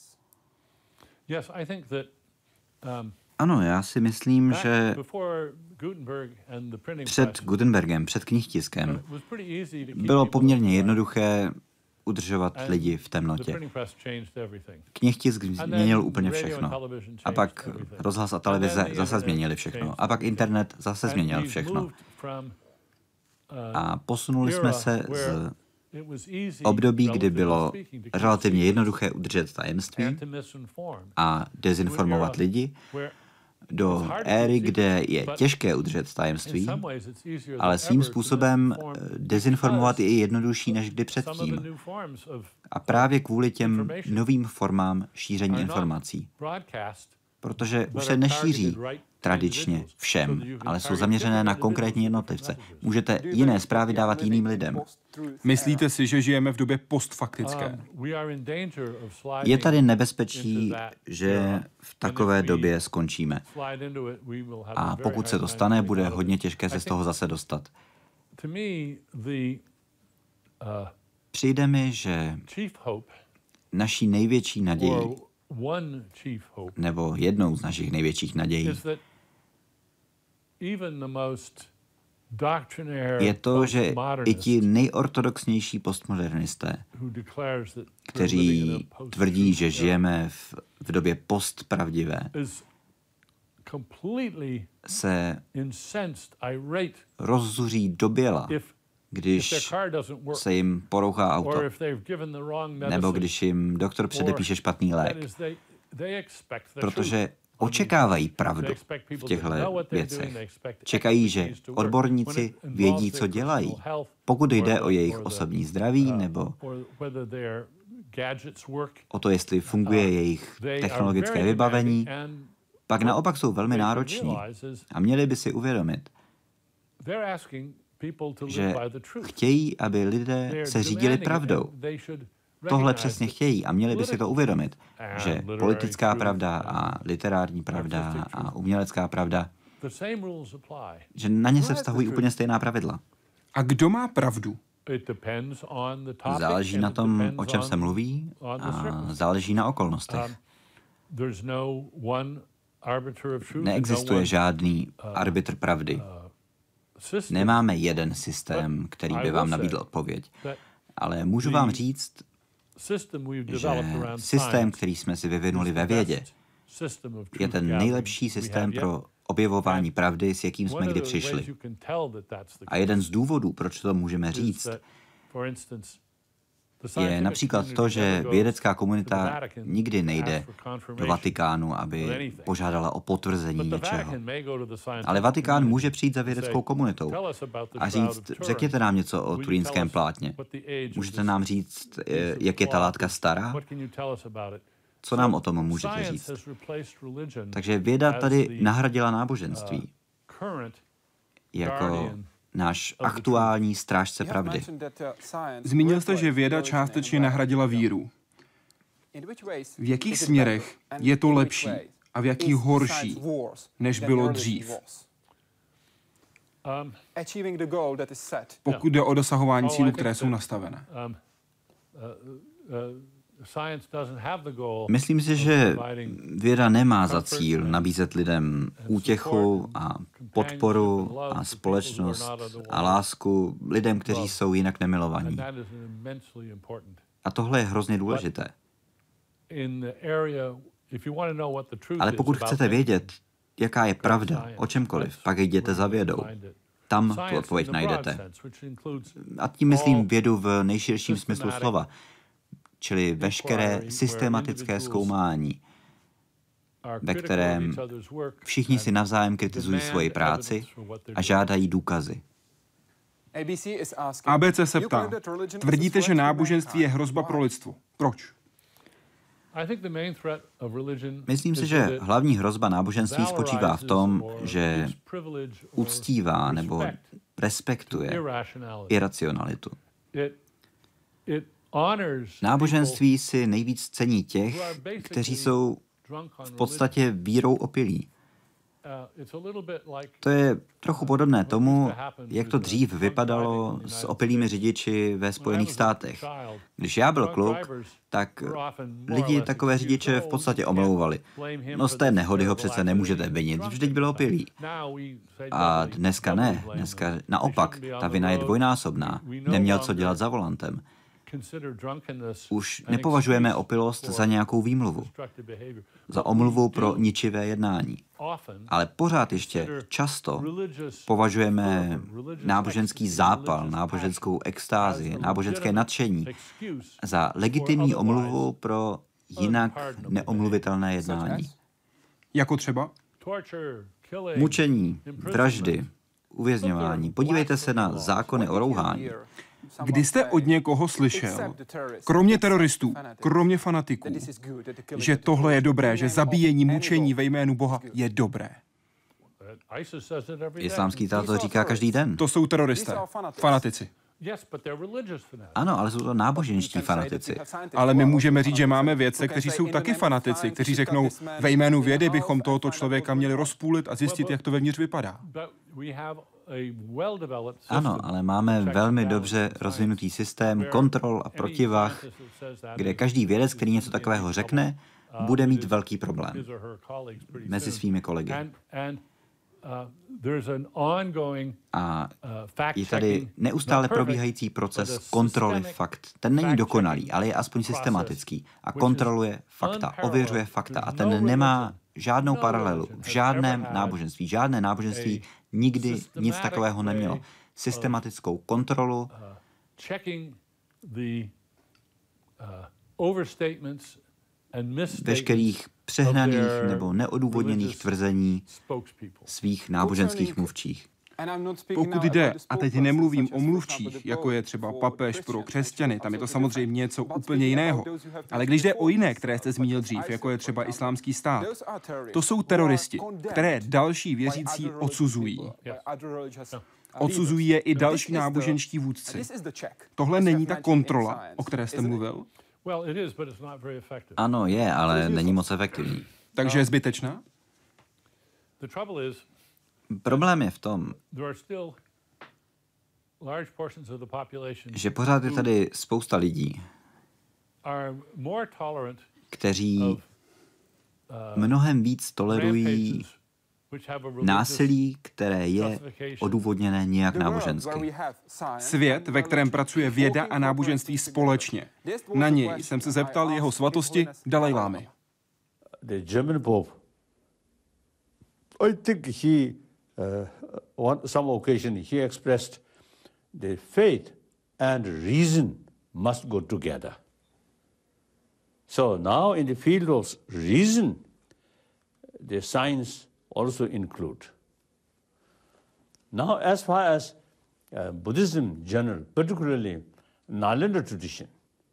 Ano, já si myslím, že před Gutenbergem, před knihtiskem, bylo poměrně jednoduché udržovat lidi v temnotě. Knihtisk změnil úplně všechno. A pak rozhlas a televize zase změnili všechno. A pak internet zase změnil všechno. A posunuli jsme se z období, kdy bylo relativně jednoduché udržet tajemství a dezinformovat lidi, do éry, kde je těžké udržet tajemství, ale svým způsobem dezinformovat je jednodušší než kdy předtím. A právě kvůli těm novým formám šíření informací. Protože už se nešíří tradičně všem, ale jsou zaměřené na konkrétní jednotlivce. Můžete jiné zprávy dávat jiným lidem. Myslíte si, že žijeme v době postfaktické? Je tady nebezpečí, že v takové době skončíme. A pokud se to stane, bude hodně těžké se z toho zase dostat. Přijde mi, že naší největší nadějí, nebo jednou z našich největších nadějí, je to, že i ti nejortodoxnější postmodernisté, kteří tvrdí, že žijeme v, v době postpravdivé, se rozzuří do běla, když se jim porouchá auto, nebo když jim doktor předepíše špatný lék. Protože očekávají pravdu v těchto věcech. Čekají, že odborníci vědí, co dělají. Pokud jde o jejich osobní zdraví nebo o to, jestli funguje jejich technologické vybavení, pak naopak jsou velmi nároční a měli by si uvědomit, že chtějí, aby lidé se řídili pravdou. Tohle přesně chtějí a měli by si to uvědomit, že politická pravda a literární pravda a umělecká pravda, že na ně se vztahují úplně stejná pravidla. A kdo má pravdu? Záleží na tom, o čem se mluví a záleží na okolnostech. Neexistuje žádný arbitr pravdy. Nemáme jeden systém, který by vám nabídl odpověď. Ale můžu vám říct, že systém, který jsme si vyvinuli ve vědě, je ten nejlepší systém pro objevování pravdy, s jakým jsme kdy přišli. A jeden z důvodů, proč to můžeme říct, je například to, že vědecká komunita nikdy nejde do Vatikánu, aby požádala o potvrzení něčeho. Ale Vatikán může přijít za vědeckou komunitou a říct, řekněte nám něco o turínském plátně. Můžete nám říct, jak je ta látka stará? Co nám o tom můžete říct? Takže věda tady nahradila náboženství jako náš aktuální strážce pravdy. Zmínil jste, že věda částečně nahradila víru. V jakých směrech je to lepší a v jakých horší, než bylo dřív? Pokud jde o dosahování cílů, které jsou nastavené. Myslím si, že věda nemá za cíl nabízet lidem útěchu a podporu a společnost a lásku lidem, kteří jsou jinak nemilovaní. A tohle je hrozně důležité. Ale pokud chcete vědět, jaká je pravda o čemkoliv, pak jděte za vědou. Tam tu odpověď najdete. A tím myslím vědu v nejširším smyslu slova. Čili veškeré systematické zkoumání, ve kterém všichni si navzájem kritizují svoji práci a žádají důkazy. A B C se ptá, tvrdíte, že náboženství je hrozba pro lidstvo. Proč? Myslím si, že hlavní hrozba náboženství spočívá v tom, že uctívá nebo respektuje iracionalitu. Náboženství si nejvíc cení těch, kteří jsou v podstatě vírou opilí. To je trochu podobné tomu, jak to dřív vypadalo s opilými řidiči ve Spojených státech. Když já byl kluk, tak lidi takové řidiče v podstatě omlouvali. No z té nehody ho přece nemůžete vinit, vždyť byl opilý. A dneska ne, dneska naopak, ta vina je dvojnásobná. Neměl co dělat za volantem. Už nepovažujeme opilost za nějakou výmluvu, za omluvu pro ničivé jednání. Ale pořád ještě často považujeme náboženský zápal, náboženskou extázi, náboženské nadšení za legitimní omluvu pro jinak neomluvitelné jednání. Jako třeba? Mučení, vraždy, uvězňování. Podívejte se na zákony o rouhání. Kdy jste od někoho slyšel, kromě teroristů, kromě fanatiků, že tohle je dobré, že zabíjení, mučení ve jménu Boha je dobré? Islámský stát to říká každý den. To jsou teroristé, fanatici. Ano, ale jsou to náboženští fanatici. Ale my můžeme říct, že máme vědce, kteří jsou taky fanatici, kteří řeknou, ve jménu vědy bychom tohoto člověka měli rozpůlit a zjistit, jak to vevnitř vypadá. Ano, ale máme velmi dobře rozvinutý systém kontrol a protivah, kde každý vědec, který něco takového řekne, bude mít velký problém mezi svými kolegy. A je tady neustále probíhající proces kontroly fakt. Ten není dokonalý, ale je aspoň systematický a kontroluje fakta, ověřuje fakta a ten nemá žádnou paralelu v žádném náboženství. Žádné náboženství nikdy nic takového nemělo. Systematickou kontrolu, veškerých přehnaných nebo neodůvodněných tvrzení svých náboženských mluvčích. Pokud jde, a teď nemluvím o mluvčích, jako je třeba papež pro křesťany, tam je to samozřejmě něco úplně jiného. Ale když jde o jiné, které jste zmínil dřív, jako je třeba Islámský stát, to jsou teroristi, které další věřící odsuzují. Odsuzují je i další náboženští vůdci. Tohle není ta kontrola, o které jste mluvil? Ano, je, ale není moc efektivní. Takže je zbytečná? Problém je v tom, že pořád je tady spousta lidí, kteří mnohem víc tolerují násilí, které je odůvodněné nějak nábožensky. Svět, ve kterém pracuje věda a náboženství společně. Na něj jsem se zeptal jeho svatosti Dalajlámy. the German Pope, I think he, uh, on some occasion, he expressed the faith and reason must go together. So now in the field of reason, the science also include. Now as far as uh, Buddhism general, particularly Nalanda tradition,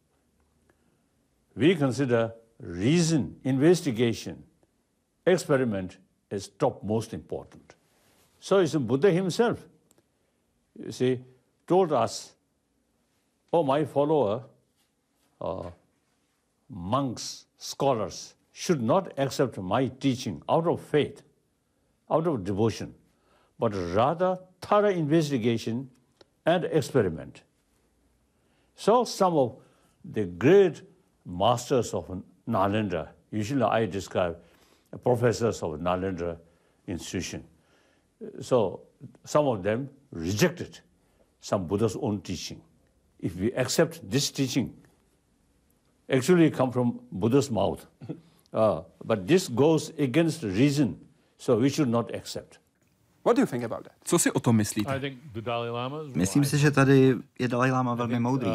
we consider reason, investigation, experiment as top most important. So it's Buddha himself, you see, told us, oh, my follower, uh, monks, scholars, should not accept my teaching out of faith, out of devotion, but rather thorough investigation and experiment. So some of the great masters of Nalanda, usually I describe professors of Nalanda institution. So some of them rejected some Buddha's own teaching. If we accept this teaching, actually come from Buddha's mouth, uh, but this goes against reason, so we should not accept. What do you think about that? Co si o tom myslíte? Myslím si, že tady je Dalaj Lama velmi moudrý.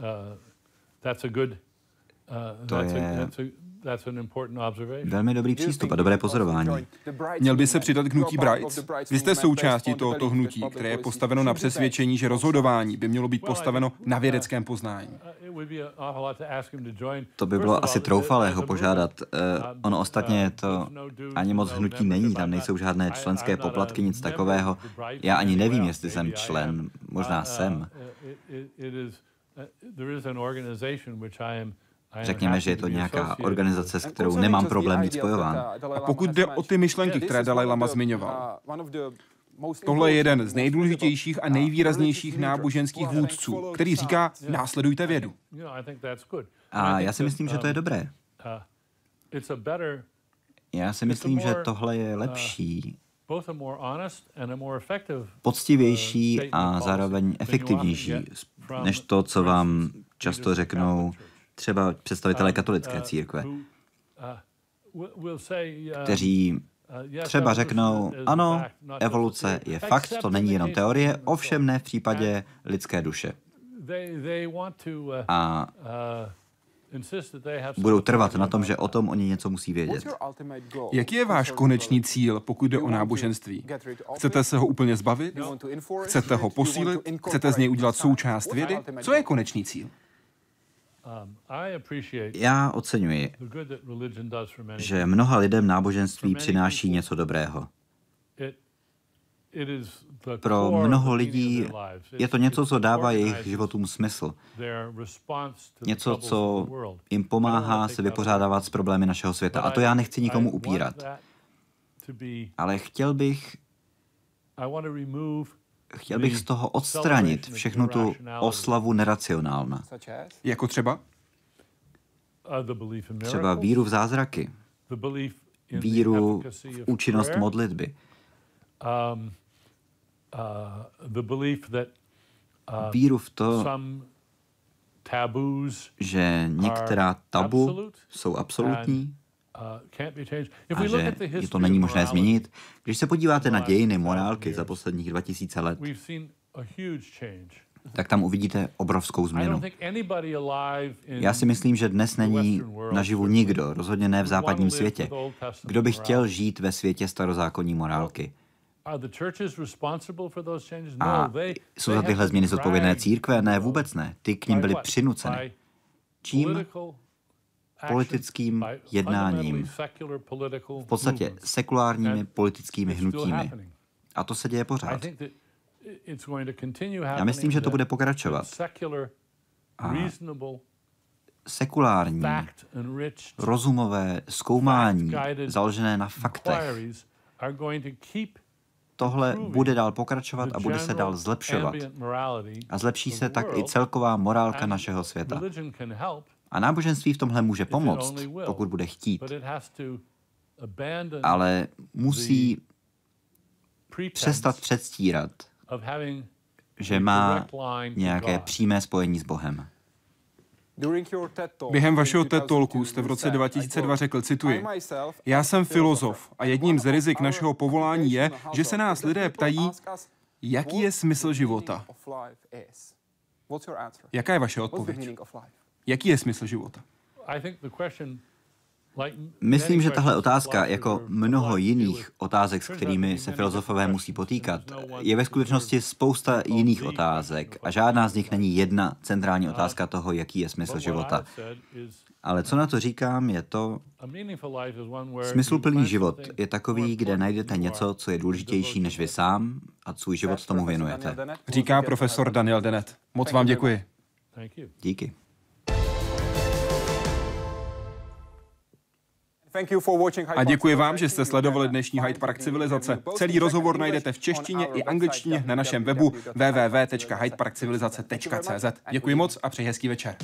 To je velmi dobrý přístup a dobré pozorování. Měl by se přidat k hnutí Brights? Vy jste součástí tohoto hnutí, které je postaveno na přesvědčení, že rozhodování by mělo být postaveno na vědeckém poznání. To by bylo asi troufalé ho požádat. Uh, ono ostatně to ani moc hnutí není, tam nejsou žádné členské poplatky, nic takového. Já ani nevím, jestli jsem člen, možná jsem. Řekněme, že je to nějaká organizace, s kterou nemám problém být spojován. A pokud jde o ty myšlenky, které Dalaj Lama zmiňoval, tohle je jeden z nejdůležitějších a nejvýraznějších náboženských vůdců, který říká, následujte vědu. A já si myslím, že to je dobré. Já si myslím, že tohle je lepší, poctivější a zároveň efektivnější, než to, co vám často řeknou třeba představitelé katolické církve, kteří třeba řeknou, ano, evoluce je fakt, to není jenom teorie, ovšem ne v případě lidské duše. A budou trvat na tom, že o tom oni něco musí vědět. Jaký je váš konečný cíl, pokud jde o náboženství? Chcete se ho úplně zbavit? Chcete ho posílit? Chcete z něj udělat součást vědy? Co je konečný cíl? Já oceňuji, že mnoha lidem náboženství přináší něco dobrého. Pro mnoho lidí je to něco, co dává jejich životům smysl. Něco, co jim pomáhá se vypořádávat s problémy našeho světa. A to já nechci nikomu upírat. Ale chtěl bych, chtěl bych z toho odstranit všechnu tu oslavu neracionálna. Jako třeba? Třeba víru v zázraky. Víru v účinnost modlitby. Víru v to, že některá tabu jsou absolutní a že je to není možné změnit. Když se podíváte na dějiny morálky za posledních dva tisíce let, tak tam uvidíte obrovskou změnu. Já si myslím, že dnes není naživu nikdo, rozhodně ne v západním světě, kdo by chtěl žít ve světě starozákonní morálky. A jsou za tyhle změny zodpovědné církve? Ne, vůbec ne. Ty k nim byly přinuceny. Čím? Politickým jednáním. V podstatě sekulárními politickými hnutími. A to se děje pořád. Já myslím, že to bude pokračovat. A sekulární, rozumové zkoumání, založené na faktech, tohle bude dál pokračovat a bude se dál zlepšovat. A zlepší se tak i celková morálka našeho světa. A náboženství v tomhle může pomoct, pokud bude chtít. Ale musí přestat předstírat, že má nějaké přímé spojení s Bohem. Během vašeho TED Talku jste v roce dva tisíce dva řekl, cituji, já jsem filozof a jedním z rizik našeho povolání je, že se nás lidé ptají, jaký je smysl života. Jaká je vaše odpověď? Jaký je smysl života? Myslím, že tahle otázka, jako mnoho jiných otázek, s kterými se filozofové musí potýkat, je ve skutečnosti spousta jiných otázek a žádná z nich není jedna centrální otázka toho, jaký je smysl života. Ale co na to říkám, je to, smysluplný život je takový, kde najdete něco, co je důležitější než vy sám a svůj život tomu věnujete. Říká profesor Daniel Dennett. Moc vám děkuji. Díky. A děkuji vám, že jste sledovali dnešní Hyde Park civilizace. Celý rozhovor najdete v češtině i angličtině na našem webu w w w tečka hyde park civilizace tečka c z. Děkuji moc a přeji hezký večer.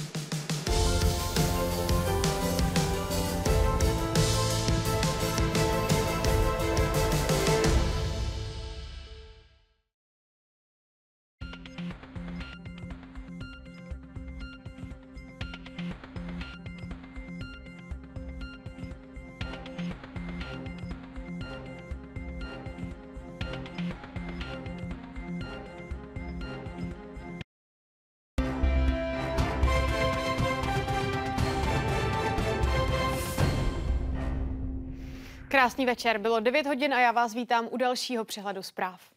Krásný večer, bylo devět hodin a já vás vítám u dalšího přehledu zpráv.